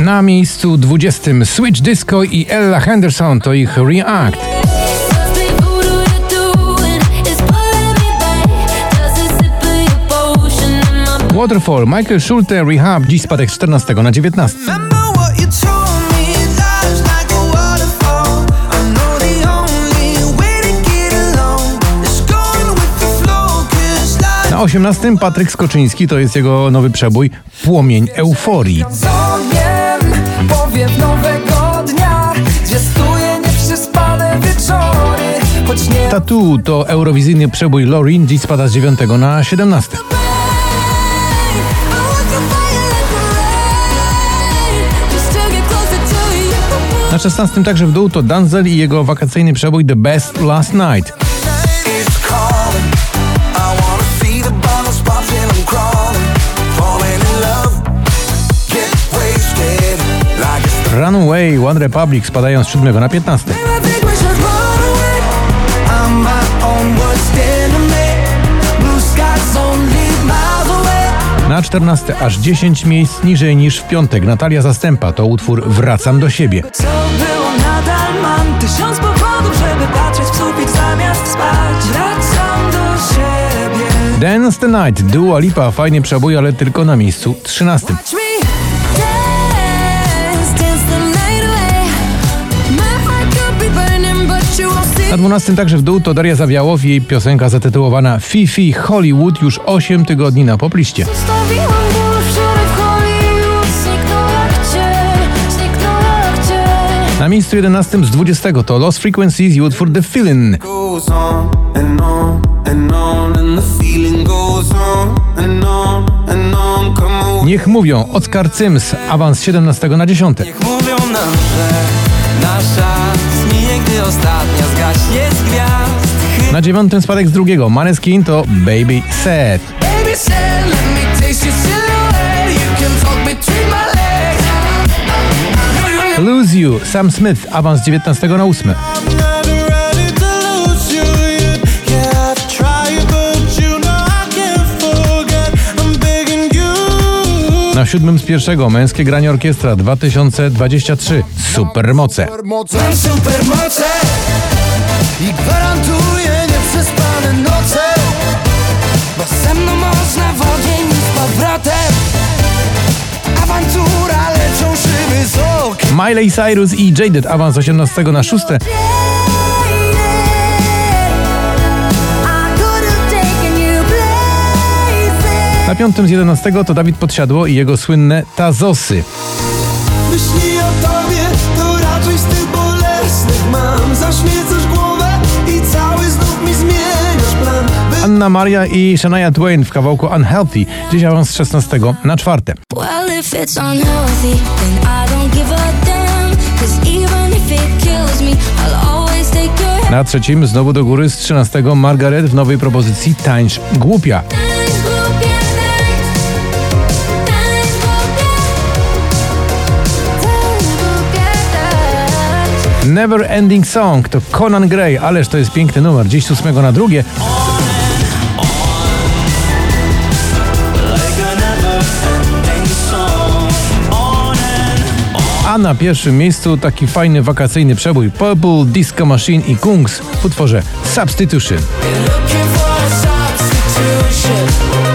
Na miejscu 20 Switch Disco i Ella Henderson, to ich React. Waterfall, Michael Schulte, Rehab, dziś spadek z 14 na 19. Na 18 Patryk Skoczyński, to jest jego nowy przebój Płomień Euforii. Powiew nowego dnia, zwiastuje nieprzespane wieczory. Tattoo to eurowizyjny przebój Loreen, dziś spada z 9 na 17. Na 16 także w dół to Denzel i jego wakacyjny przebój The Best Last Night. Runaway, One Republic spadają z 7 na 15. Na 14 aż 10 miejsc niżej niż w piątek Natalia Zastępa, to utwór Wracam do siebie. Co było, nadal mam 1000 powodów, żeby patrzeć w sufit zamiast spać. Wracam do siebie. Dance the Night, Dua Lipa, fajnie przebój, ale tylko na miejscu 13. Na 12 także w dół to Daria Zawiałow i jej piosenka zatytułowana Fifi Hollywood, już 8 tygodni na popliście. Na miejscu 11 z 20 to Lost Frequencies i utwór The Feeling. Niech mówią, Oskar Cyms, awans z 17 na 10. Niech mówią nam, że nasza nigdy ostatnia zgaśnie z gwiazd. Na 9 spadek z drugiego Maneskin to Baby Said. Lose You, Sam Smith, awans z 19 na 8. Na 7 z pierwszego Męskie granie orkiestra 2023 Supermoce. Mam supermoce i gwarantuję nieprzespane noce, bo ze mną można w ogień i z powrotem. Awantura, leczą szyby z okien. Miley Cyrus i Jaded, awans z 18 na 6. Na 5 z 11 to Dawid Podsiadło i jego słynne Tazosy. Myśli o tobie, to raczej z tych bolesnych mam. Zaśmiecasz głowę i cały znów mi zmieniasz plan. Anna Maria i Shania Twain w kawałku Unhealthy, dziś awans z 16 na 4. Well, if it's unhealthy, then I don't give a damn. 'Cause even if it kills me, I'll always take your hand. Na 3 znowu do góry z 13 Margaret w nowej propozycji Tańcz Głupia. Never Ending Song to Conan Gray, ależ to jest piękny numer, dziś z 8 na 2. A na pierwszym miejscu taki fajny wakacyjny przebój Purple Disco Machine i Kungs w utworze Substitution. Looking for a substitution.